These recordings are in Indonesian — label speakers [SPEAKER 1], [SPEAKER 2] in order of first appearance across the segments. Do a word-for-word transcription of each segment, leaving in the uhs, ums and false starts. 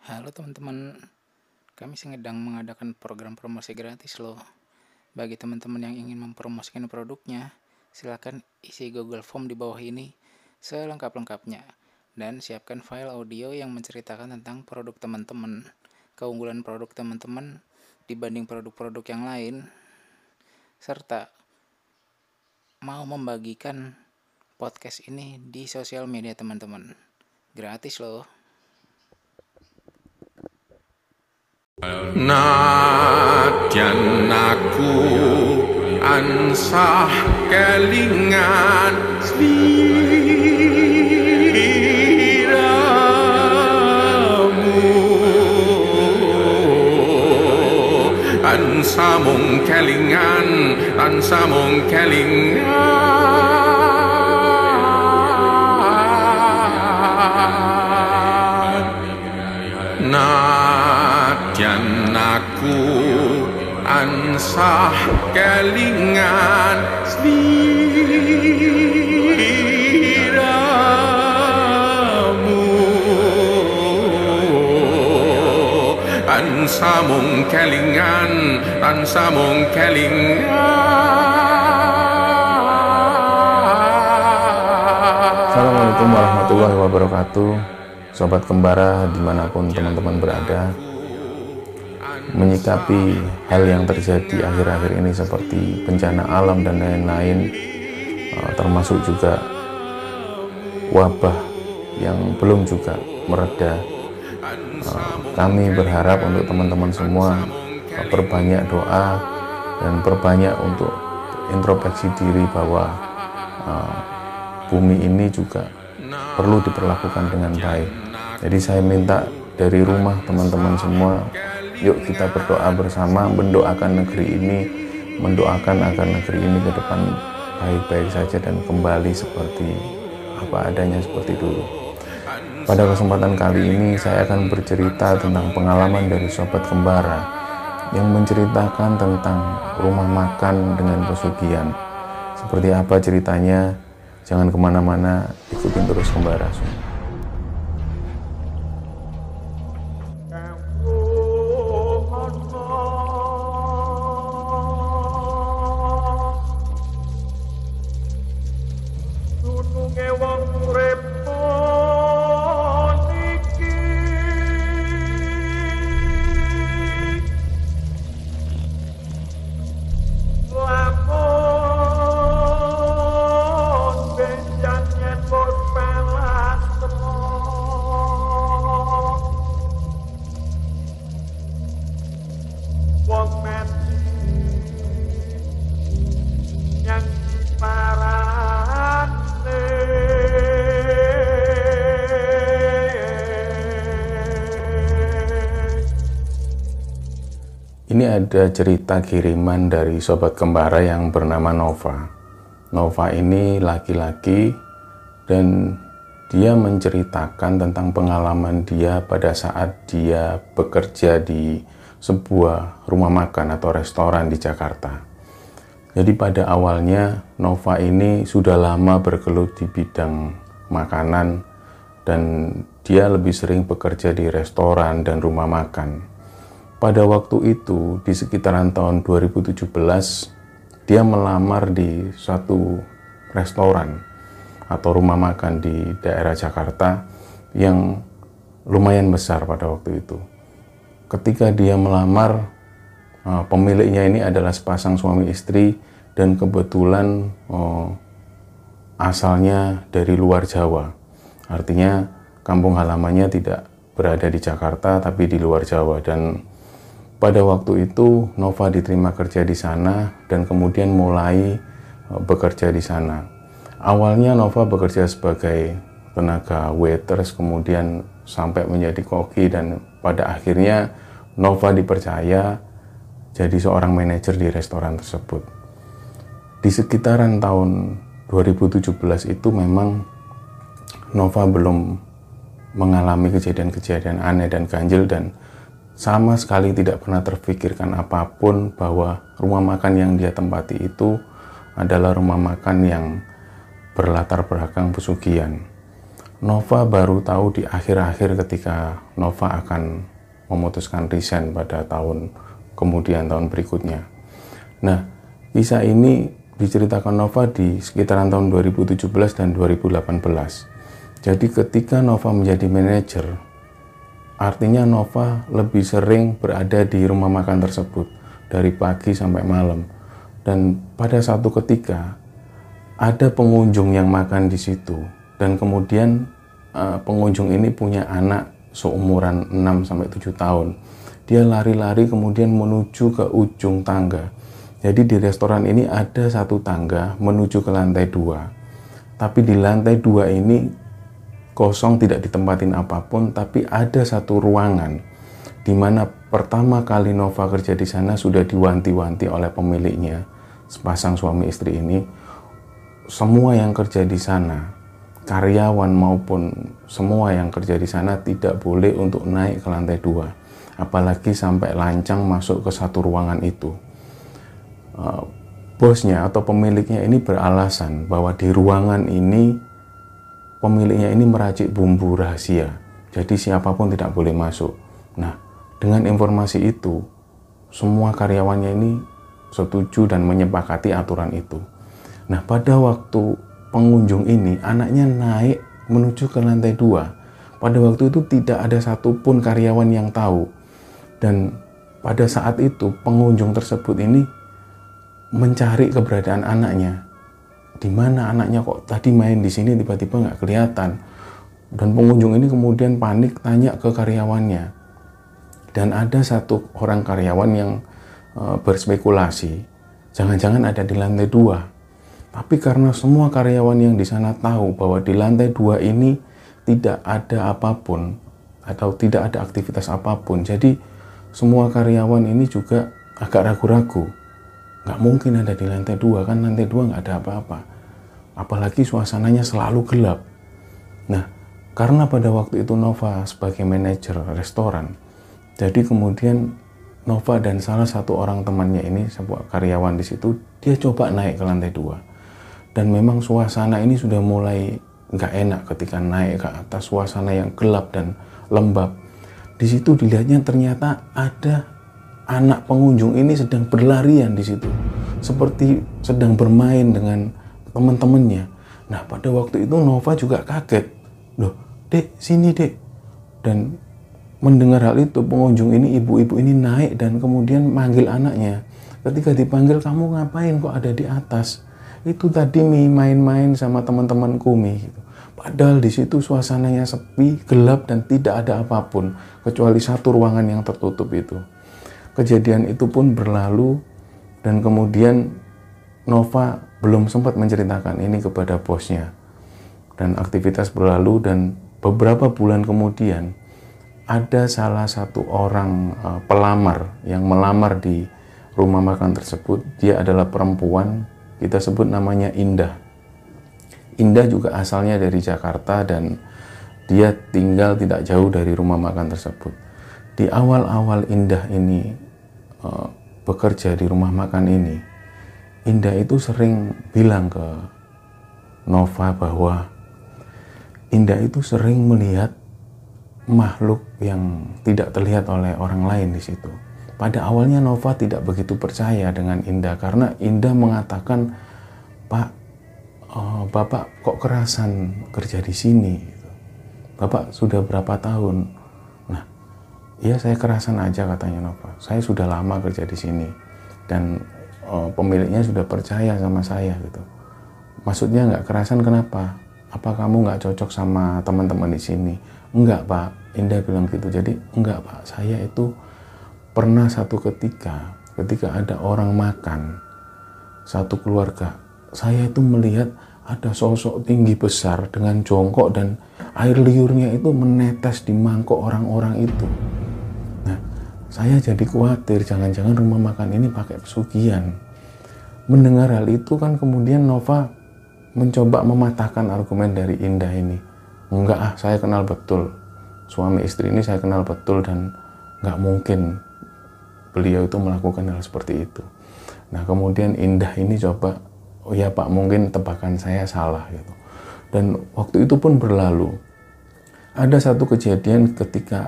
[SPEAKER 1] Halo teman-teman, kami sedang mengadakan program promosi gratis loh. Bagi teman-teman yang ingin mempromosikan produknya, silakan isi Google Form di bawah ini selengkap-lengkapnya dan siapkan file audio yang menceritakan tentang produk teman-teman, keunggulan produk teman-teman dibanding produk-produk yang lain, serta mau membagikan podcast ini di sosial media teman-teman. Gratis loh.
[SPEAKER 2] Nadyan aku ansah kelingan sliramu, ansah mung kelingan, ansah mung kelingan. Nadyan aku ansah kelingan sliramu, ansah mung kelingan, ansah mung kelingan.
[SPEAKER 3] Assalamualaikum warahmatullahi wabarakatuh. Sobat Kembara dimanapun teman-teman berada, menyikapi hal yang terjadi akhir-akhir ini seperti bencana alam dan lain-lain, termasuk juga wabah yang belum juga mereda, kami berharap untuk teman-teman semua perbanyak doa dan perbanyak untuk introspeksi diri bahwa bumi ini juga perlu diperlakukan dengan baik. Jadi saya minta dari rumah teman-teman semua, yuk kita berdoa bersama, mendoakan negeri ini, mendoakan agar negeri ini ke depan baik-baik saja dan kembali seperti apa adanya seperti dulu. Pada kesempatan kali ini saya akan bercerita tentang pengalaman dari Sobat Kembara yang menceritakan tentang rumah makan dengan pesugihan. Seperti apa ceritanya? Jangan kemana-mana, ikutin terus Kembara semua. Ini ada cerita kiriman dari Sobat Kembara yang bernama Nova. Nova ini laki-laki dan dia menceritakan tentang pengalaman dia pada saat dia bekerja di sebuah rumah makan atau restoran di Jakarta. Jadi pada awalnya Nova ini sudah lama bergelut di bidang makanan dan dia lebih sering bekerja di restoran dan rumah makan. Pada waktu itu, di sekitaran tahun dua ribu tujuh belas, dia melamar di suatu restoran atau rumah makan di daerah Jakarta yang lumayan besar pada waktu itu. Ketika dia melamar, pemiliknya ini adalah sepasang suami istri dan kebetulan oh, asalnya dari luar Jawa. Artinya kampung halamannya tidak berada di Jakarta tapi di luar Jawa, dan pada waktu itu Nova diterima kerja di sana dan kemudian mulai bekerja di sana. Awalnya Nova bekerja sebagai tenaga waiters, kemudian sampai menjadi koki, dan pada akhirnya Nova dipercaya jadi seorang manajer di restoran tersebut. Di sekitaran tahun dua ribu tujuh belas itu memang Nova belum mengalami kejadian-kejadian aneh dan ganjil, dan sama sekali tidak pernah terfikirkan apapun bahwa rumah makan yang dia tempati itu adalah rumah makan yang berlatar belakang pesugihan. Nova baru tahu di akhir-akhir ketika Nova akan memutuskan resign pada tahun kemudian, tahun berikutnya. Nah, kisah ini diceritakan Nova di sekitaran tahun dua ribu tujuh belas dan dua ribu delapan belas. Jadi ketika Nova menjadi manajer, artinya Nova lebih sering berada di rumah makan tersebut dari pagi sampai malam. Dan pada satu ketika ada pengunjung yang makan di situ, dan kemudian uh, pengunjung ini punya anak seumuran enam sampai tujuh tahun. Dia lari-lari kemudian menuju ke ujung tangga. Jadi di restoran ini ada satu tangga menuju ke lantai dua. Tapi di lantai dua ini kosong, tidak ditempatin apapun, tapi ada satu ruangan di mana pertama kali Nova kerja di sana sudah diwanti-wanti oleh pemiliknya, sepasang suami istri ini. Semua yang kerja di sana, karyawan maupun semua yang kerja di sana, tidak boleh untuk naik ke lantai dua, apalagi sampai lancang masuk ke satu ruangan itu. Uh, bosnya atau pemiliknya ini beralasan bahwa di ruangan ini pemiliknya ini meracik bumbu rahasia, jadi siapapun tidak boleh masuk. Nah, dengan informasi itu, semua karyawannya ini setuju dan menyepakati aturan itu. Nah, pada waktu pengunjung ini, anaknya naik menuju ke lantai dua. Pada waktu itu tidak ada satupun karyawan yang tahu. Dan pada saat itu, pengunjung tersebut ini mencari keberadaan anaknya. Di mana anaknya kok tadi main di sini tiba-tiba nggak kelihatan. Dan pengunjung ini kemudian panik tanya ke karyawannya. Dan ada satu orang karyawan yang e, berspekulasi, jangan-jangan ada di lantai dua. Tapi karena semua karyawan yang di sana tahu bahwa di lantai dua ini tidak ada apapun atau tidak ada aktivitas apapun, jadi semua karyawan ini juga agak ragu-ragu. Nggak mungkin ada di lantai dua, kan lantai dua nggak ada apa-apa. Apalagi suasananya selalu gelap. Nah, karena pada waktu itu Nova sebagai manajer restoran, jadi kemudian Nova dan salah satu orang temannya ini, sebuah karyawan di situ, dia coba naik ke lantai dua. Dan memang suasana ini sudah mulai nggak enak ketika naik ke atas, suasana yang gelap dan lembab. Di situ dilihatnya ternyata ada anak pengunjung ini sedang berlarian di situ, seperti sedang bermain dengan teman-temannya. Nah, pada waktu itu Nova juga kaget. Loh, dek, sini dek. Dan mendengar hal itu, pengunjung ini, ibu-ibu ini naik dan kemudian manggil anaknya. Ketika dipanggil, kamu ngapain kok ada di atas? Itu tadi Mi main-main sama teman-temanku Mi. Gitu. Padahal di situ suasananya sepi, gelap dan tidak ada apapun kecuali satu ruangan yang tertutup itu. Kejadian itu pun berlalu dan kemudian Nova belum sempat menceritakan ini kepada bosnya. Dan aktivitas berlalu dan beberapa bulan kemudian ada salah satu orang uh, pelamar yang melamar di rumah makan tersebut. Dia adalah perempuan, kita sebut namanya Indah. Indah juga asalnya dari Jakarta dan dia tinggal tidak jauh dari rumah makan tersebut. Di awal-awal Indah ini uh, bekerja di rumah makan ini, Indah itu sering bilang ke Nova bahwa Indah itu sering melihat makhluk yang tidak terlihat oleh orang lain di situ. Pada awalnya Nova tidak begitu percaya dengan Indah karena Indah mengatakan, Pak, oh, Bapak kok kerasan kerja di sini? Bapak sudah berapa tahun? Nah, iya saya kerasan aja katanya Nova. Saya sudah lama kerja di sini dan oh, pemiliknya sudah percaya sama saya gitu. Maksudnya nggak kerasan kenapa? Apa kamu nggak cocok sama teman-teman di sini? Enggak Pak, Indah bilang gitu. Jadi enggak Pak, saya itu pernah satu ketika, ketika ada orang makan, satu keluarga, saya itu melihat ada sosok tinggi besar dengan jongkok dan air liurnya itu menetes di mangkok orang-orang itu. Nah, saya jadi khawatir jangan-jangan rumah makan ini pakai pesugihan. Mendengar hal itu kan kemudian Nova mencoba mematahkan argumen dari Indah ini. Enggak ah, saya kenal betul. Suami istri ini saya kenal betul dan nggak mungkin beliau itu melakukan hal seperti itu. Nah kemudian Indah ini coba, oh ya Pak mungkin tebakan saya salah gitu. Dan waktu itu pun berlalu. Ada satu kejadian ketika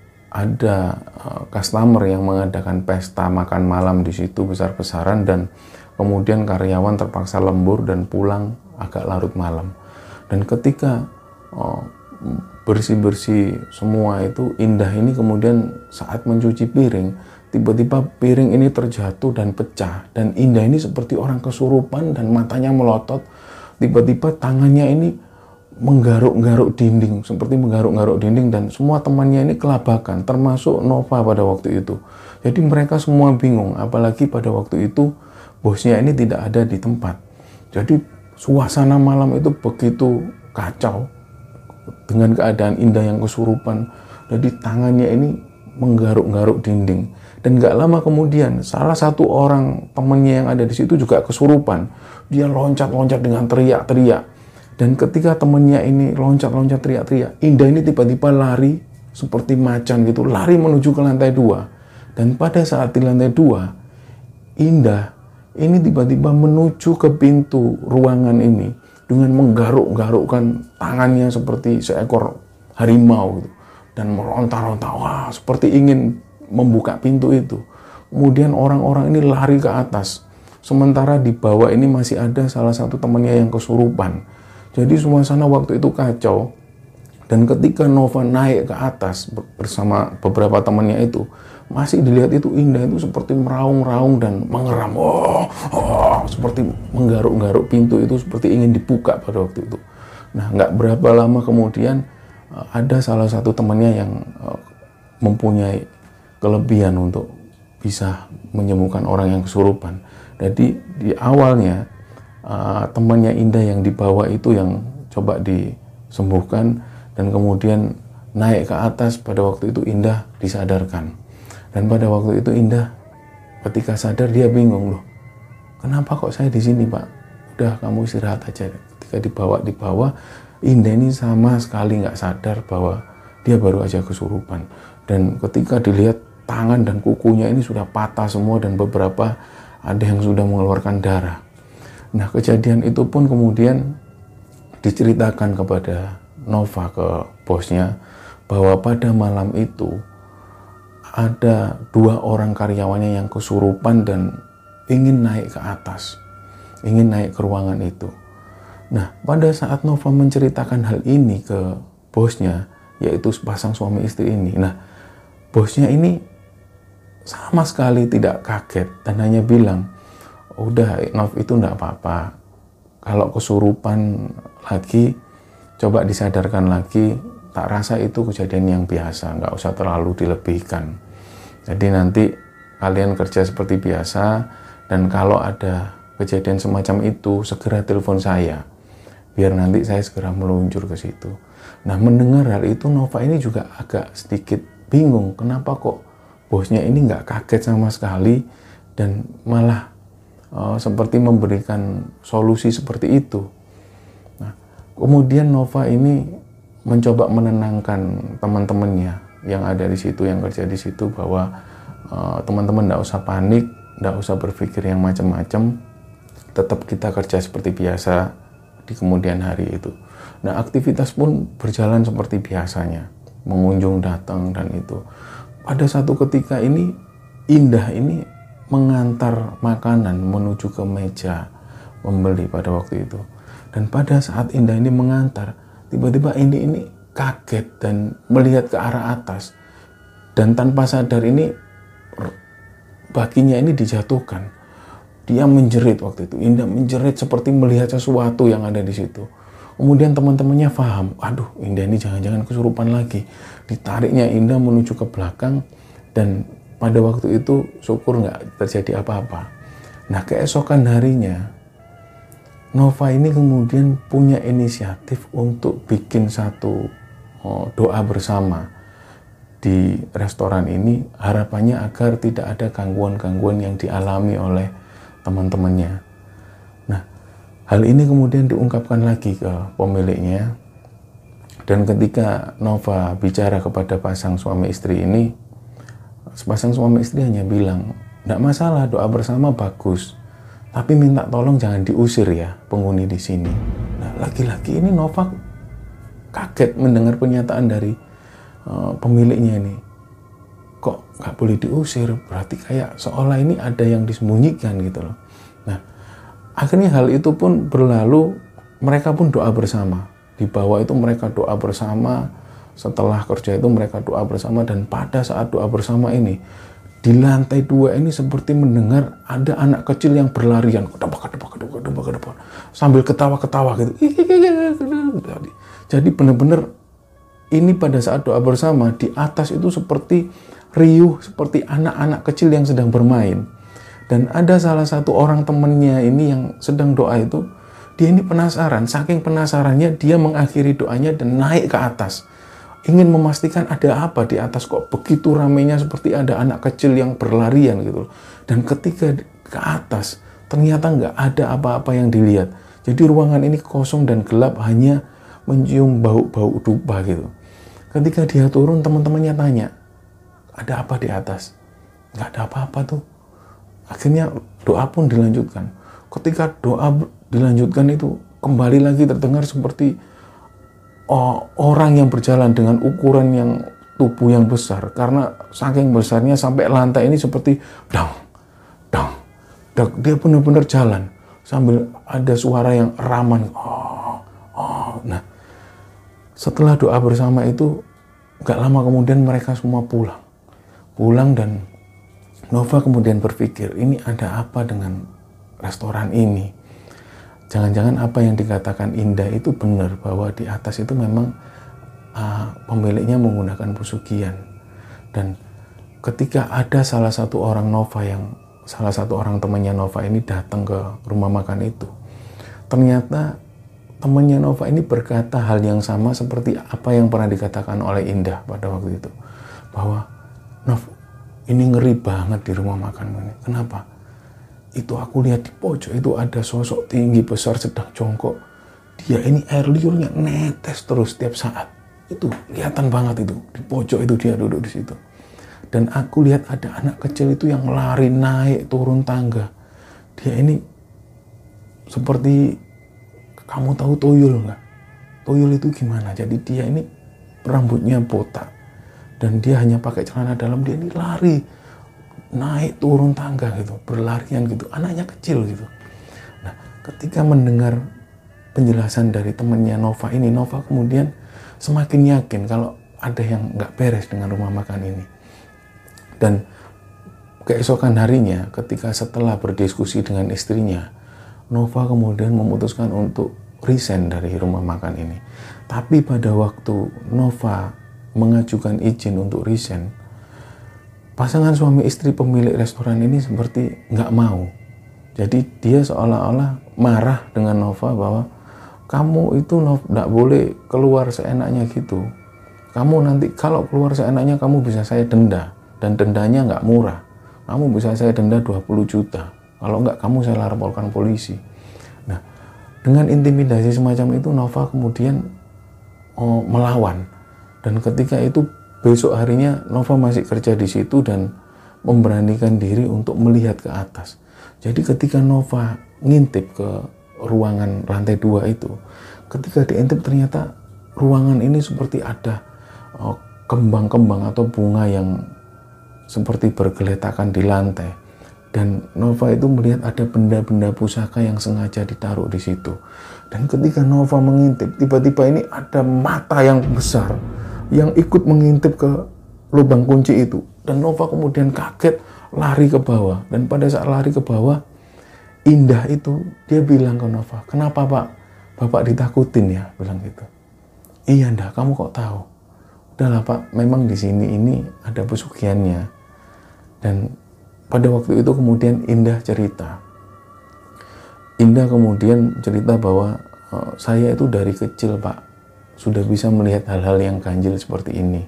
[SPEAKER 3] ada uh, customer yang mengadakan pesta makan malam di situ besar-besaran, dan kemudian karyawan terpaksa lembur dan pulang agak larut malam. Dan ketika uh, bersih-bersih semua itu, Indah ini kemudian saat mencuci piring, tiba-tiba piring ini terjatuh dan pecah, dan Indah ini seperti orang kesurupan dan matanya melotot. Tiba-tiba tangannya ini menggaruk-garuk dinding, seperti menggaruk-garuk dinding, dan semua temannya ini kelabakan, termasuk Nova pada waktu itu. Jadi mereka semua bingung, apalagi pada waktu itu bosnya ini tidak ada di tempat. Jadi suasana malam itu begitu kacau dengan keadaan Indah yang kesurupan. Jadi tangannya ini menggaruk-garuk dinding, dan gak lama kemudian salah satu orang temannya yang ada di situ juga kesurupan. Dia loncat-loncat dengan teriak-teriak. Dan ketika temannya ini loncat-loncat teriak-teriak, Indah ini tiba-tiba lari seperti macan gitu, lari menuju ke lantai dua. Dan pada saat di lantai dua, Indah ini tiba-tiba menuju ke pintu ruangan ini dengan menggaruk-garukkan tangannya seperti seekor harimau gitu, dan meronta-ronta, wah, seperti ingin membuka pintu itu. Kemudian orang-orang ini lari ke atas, sementara di bawah ini masih ada salah satu temannya yang kesurupan. Jadi suasana waktu itu kacau. Dan ketika Nova naik ke atas bersama beberapa temannya itu, masih dilihat itu Indah itu seperti meraung-raung dan mengeram, oh, oh, seperti menggaruk-garuk pintu itu, seperti ingin dibuka pada waktu itu. Nah, nggak berapa lama kemudian ada salah satu temannya yang mempunyai kelebihan untuk bisa menyembuhkan orang yang kesurupan. Jadi di awalnya Uh, temannya Indah yang dibawa itu yang coba disembuhkan, dan kemudian naik ke atas. Pada waktu itu Indah disadarkan, dan pada waktu itu Indah ketika sadar dia bingung, loh, kenapa kok saya di sini, Pak? Udah, kamu istirahat aja. Ketika dibawa di bawah, Indah ini sama sekali nggak sadar bahwa dia baru aja kesurupan. Dan ketika dilihat tangan dan kukunya ini sudah patah semua, dan beberapa ada yang sudah mengeluarkan darah. Nah, kejadian itu pun kemudian diceritakan kepada Nova, ke bosnya, bahwa pada malam itu ada dua orang karyawannya yang kesurupan dan ingin naik ke atas, ingin naik ke ruangan itu. Nah, pada saat Nova menceritakan hal ini ke bosnya, yaitu pasang suami istri ini, nah, bosnya ini sama sekali tidak kaget dan hanya bilang, udah, Nov, itu enggak apa-apa. Kalau kesurupan lagi, coba disadarkan lagi. Tak rasa itu kejadian yang biasa, nggak usah terlalu dilebihkan. Jadi nanti kalian kerja seperti biasa, dan kalau ada kejadian semacam itu, segera telepon saya, biar nanti saya segera meluncur ke situ. Nah, mendengar hal itu, Nova ini juga agak sedikit bingung. Kenapa kok bosnya ini nggak kaget sama sekali, dan malah Uh, seperti memberikan solusi seperti itu. Nah, kemudian Nova ini mencoba menenangkan teman-temannya yang ada di situ, yang kerja di situ, bahwa uh, teman-teman tidak usah panik, tidak usah berpikir yang macam-macam, tetap kita kerja seperti biasa di kemudian hari itu. Nah, aktivitas pun berjalan seperti biasanya, mengunjung datang dan itu. Pada satu ketika ini, Indah ini mengantar makanan menuju ke meja pembeli pada waktu itu. Dan pada saat Indah ini mengantar, tiba-tiba ini ini kaget dan melihat ke arah atas, dan tanpa sadar ini baginya ini dijatuhkan. Dia menjerit waktu itu. Indah menjerit seperti melihat sesuatu yang ada di situ. Kemudian teman-temannya paham, aduh, Indah ini jangan-jangan kesurupan lagi. Ditariknya Indah menuju ke belakang, dan pada waktu itu syukur nggak terjadi apa-apa. Nah, keesokan harinya Nova ini kemudian punya inisiatif untuk bikin satu oh, doa bersama di restoran ini, harapannya agar tidak ada gangguan-gangguan yang dialami oleh teman-temannya. Nah, hal ini kemudian diungkapkan lagi ke pemiliknya, dan ketika Nova bicara kepada pasang suami istri ini, sepasang suami istri hanya bilang, tidak masalah, doa bersama bagus. tapi minta tolong jangan diusir ya penghuni di sini. Nah, lagi-lagi ini Nova kaget mendengar pernyataan dari uh, pemiliknya ini. Kok nggak boleh diusir? Berarti kayak seolah ini ada yang disembunyikan gitu loh. Nah, akhirnya hal itu pun berlalu, mereka pun doa bersama. Di bawah itu mereka doa bersama, setelah kerja itu mereka doa bersama, dan pada saat doa bersama ini, di lantai dua ini seperti mendengar ada anak kecil yang berlarian, kedebak, kedebak, kedebak, kedebak, kedebak, sambil ketawa-ketawa gitu. Jadi benar-benar ini pada saat doa bersama, di atas itu seperti riuh, seperti anak-anak kecil yang sedang bermain. Dan ada salah satu orang temannya ini yang sedang doa itu, dia ini penasaran, saking penasarannya dia mengakhiri doanya dan naik ke atas. Ingin memastikan ada apa di atas, kok begitu ramainya seperti ada anak kecil yang berlarian gitu. Dan ketika ke atas, ternyata nggak ada apa-apa yang dilihat. Jadi ruangan ini kosong dan gelap, hanya mencium bau-bau dupa gitu. Ketika dia turun, teman-temannya tanya, ada apa di atas? Nggak ada apa-apa tuh. Akhirnya doa pun dilanjutkan. Ketika doa dilanjutkan itu, kembali lagi terdengar seperti Oh, orang yang berjalan dengan ukuran yang tubuh yang besar, karena saking besarnya sampai lantai ini seperti dang, dang, dang. Dia benar-benar jalan sambil ada suara yang raman. Oh, oh. Nah, setelah doa bersama itu, gak lama kemudian mereka semua pulang, pulang dan Nova kemudian berpikir, ini ada apa dengan restoran ini? Jangan-jangan apa yang dikatakan Indah itu benar, bahwa di atas itu memang uh, pemiliknya menggunakan pesugihan. Dan ketika ada salah satu orang Nova yang, salah satu orang temannya Nova ini datang ke rumah makan itu, ternyata temannya Nova ini berkata hal yang sama seperti apa yang pernah dikatakan oleh Indah pada waktu itu. Bahwa, Nov, ini ngeri banget di rumah makan ini. Kenapa? Itu aku lihat di pojok itu ada sosok tinggi besar sedang jongkok. Dia ini air liurnya netes terus setiap saat. Itu kelihatan banget itu. Di pojok itu dia duduk di situ. Dan aku lihat ada anak kecil itu yang lari naik turun tangga. Dia ini seperti, kamu tahu tuyul nggak? Tuyul itu gimana? Jadi dia ini rambutnya botak dan dia hanya pakai celana dalam. Dia ini lari naik turun tangga gitu, berlarian gitu, anaknya kecil gitu. Nah, ketika mendengar penjelasan dari temannya Nova ini, Nova kemudian semakin yakin kalau ada yang nggak beres dengan rumah makan ini. Dan keesokan harinya, ketika setelah berdiskusi dengan istrinya, Nova kemudian memutuskan untuk resign dari rumah makan ini. Tapi pada waktu Nova mengajukan izin untuk resign, pasangan suami istri pemilik restoran ini seperti nggak mau. Jadi dia seolah-olah marah dengan Nova bahwa kamu itu nggak boleh keluar seenaknya gitu. Kamu nanti kalau keluar seenaknya kamu bisa saya denda, dan dendanya nggak murah. Kamu bisa saya denda dua puluh juta. Kalau nggak kamu saya laporkan polisi. Nah, dengan intimidasi semacam itu Nova kemudian oh, melawan. Dan ketika itu besok harinya Nova masih kerja di situ dan memberanikan diri untuk melihat ke atas. Jadi ketika Nova ngintip ke ruangan lantai dua itu, ketika diintip ternyata ruangan ini seperti ada kembang-kembang atau bunga yang seperti bergeletakan di lantai. Dan Nova itu melihat ada benda-benda pusaka yang sengaja ditaruh di situ. Dan ketika Nova mengintip, tiba-tiba ini ada mata yang besar yang ikut mengintip ke lubang kunci itu. Dan Nova kemudian kaget, lari ke bawah. Dan pada saat lari ke bawah, Indah itu, dia bilang ke Nova, kenapa Pak? Bapak ditakutin ya? Bilang gitu. Iya Indah, kamu kok tahu? Udahlah Pak, memang di sini ini ada pesugihannya. Dan pada waktu itu kemudian Indah cerita. Indah kemudian cerita bahwa e, saya itu dari kecil Pak, sudah bisa melihat hal-hal yang ganjil seperti ini.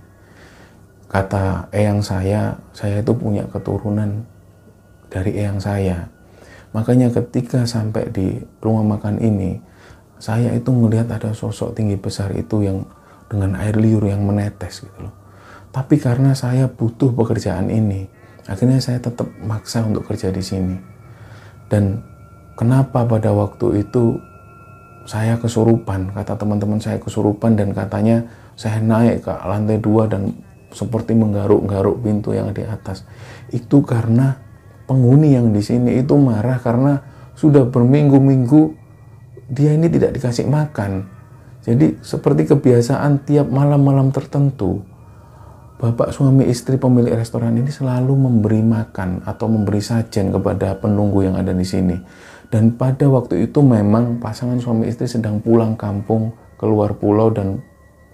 [SPEAKER 3] Kata eyang saya, saya itu punya keturunan dari eyang saya. Makanya ketika sampai di rumah makan ini, saya itu melihat ada sosok tinggi besar itu yang dengan air liur yang menetes gitu loh. Tapi karena saya butuh pekerjaan ini, akhirnya saya tetap maksa untuk kerja di sini. Dan kenapa pada waktu itu saya kesurupan, kata teman-teman saya kesurupan, dan katanya saya naik ke lantai dua dan seperti menggaruk-garuk pintu yang di atas. Itu karena penghuni yang di sini itu marah karena sudah berminggu-minggu dia ini tidak dikasih makan. Jadi seperti kebiasaan tiap malam-malam tertentu, bapak suami istri pemilik restoran ini selalu memberi makan atau memberi sajen kepada penunggu yang ada di sini. Dan pada waktu itu memang pasangan suami istri sedang pulang kampung keluar pulau dan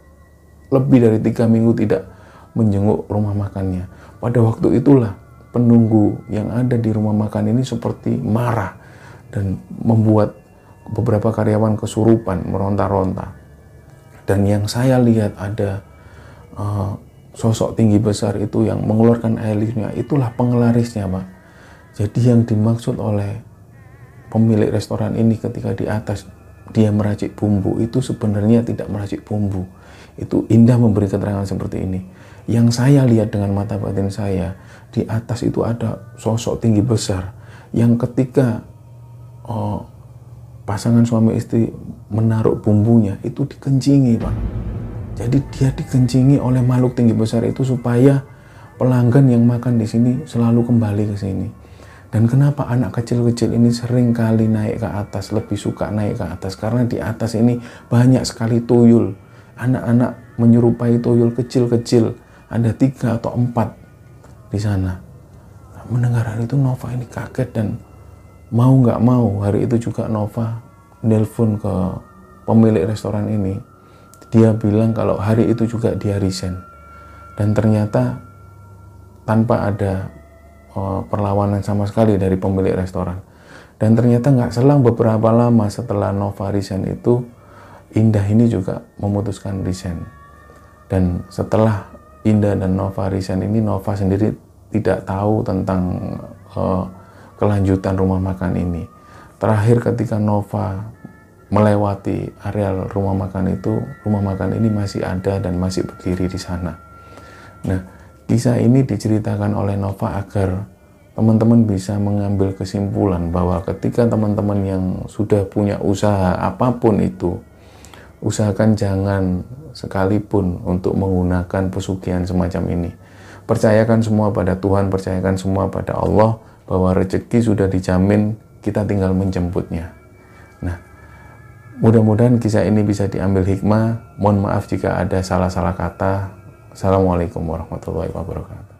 [SPEAKER 3] lebih dari tiga minggu tidak menjenguk rumah makannya. Pada waktu itulah penunggu yang ada di rumah makan ini seperti marah dan membuat beberapa karyawan kesurupan, meronta-ronta. Dan yang saya lihat ada uh, sosok tinggi besar itu yang mengeluarkan air liurnya, itulah pengelarisnya, Pak. Jadi yang dimaksud oleh pemilik restoran ini ketika di atas dia meracik bumbu, itu sebenarnya tidak meracik bumbu. Itu Indah memberi keterangan seperti ini. Yang saya lihat dengan mata batin saya, di atas itu ada sosok tinggi besar yang ketika uh, pasangan suami istri menaruh bumbunya itu dikencingi, Pak. Jadi dia dikencingi oleh makhluk tinggi besar itu supaya pelanggan yang makan di sini selalu kembali ke sini. Dan kenapa anak kecil-kecil ini sering kali naik ke atas, lebih suka naik ke atas? Karena di atas ini banyak sekali tuyul. Anak-anak menyerupai tuyul kecil-kecil. Ada tiga atau empat di sana. Mendengar hal itu Nova ini kaget dan mau nggak mau hari itu juga Nova nelpon ke pemilik restoran ini. Dia bilang kalau hari itu juga dia resign. Dan ternyata tanpa ada uh, perlawanan sama sekali dari pemilik restoran. Dan ternyata nggak selang beberapa lama setelah Nova resign itu, Indah ini juga memutuskan resign. Dan setelah Indah dan Nova resign ini, Nova sendiri tidak tahu tentang uh, kelanjutan rumah makan ini. Terakhir ketika Nova melewati areal rumah makan itu, rumah makan ini masih ada dan masih berdiri di sana. Nah, kisah ini diceritakan oleh Nova agar teman-teman bisa mengambil kesimpulan bahwa ketika teman-teman yang sudah punya usaha apapun itu, usahakan jangan sekalipun untuk menggunakan pesugihan semacam ini. Percayakan semua pada Tuhan, percayakan semua pada Allah, bahwa rezeki sudah dijamin, kita tinggal menjemputnya. Nah, mudah-mudahan kisah ini bisa diambil hikmah. Mohon maaf jika ada salah-salah kata. Assalamualaikum warahmatullahi wabarakatuh.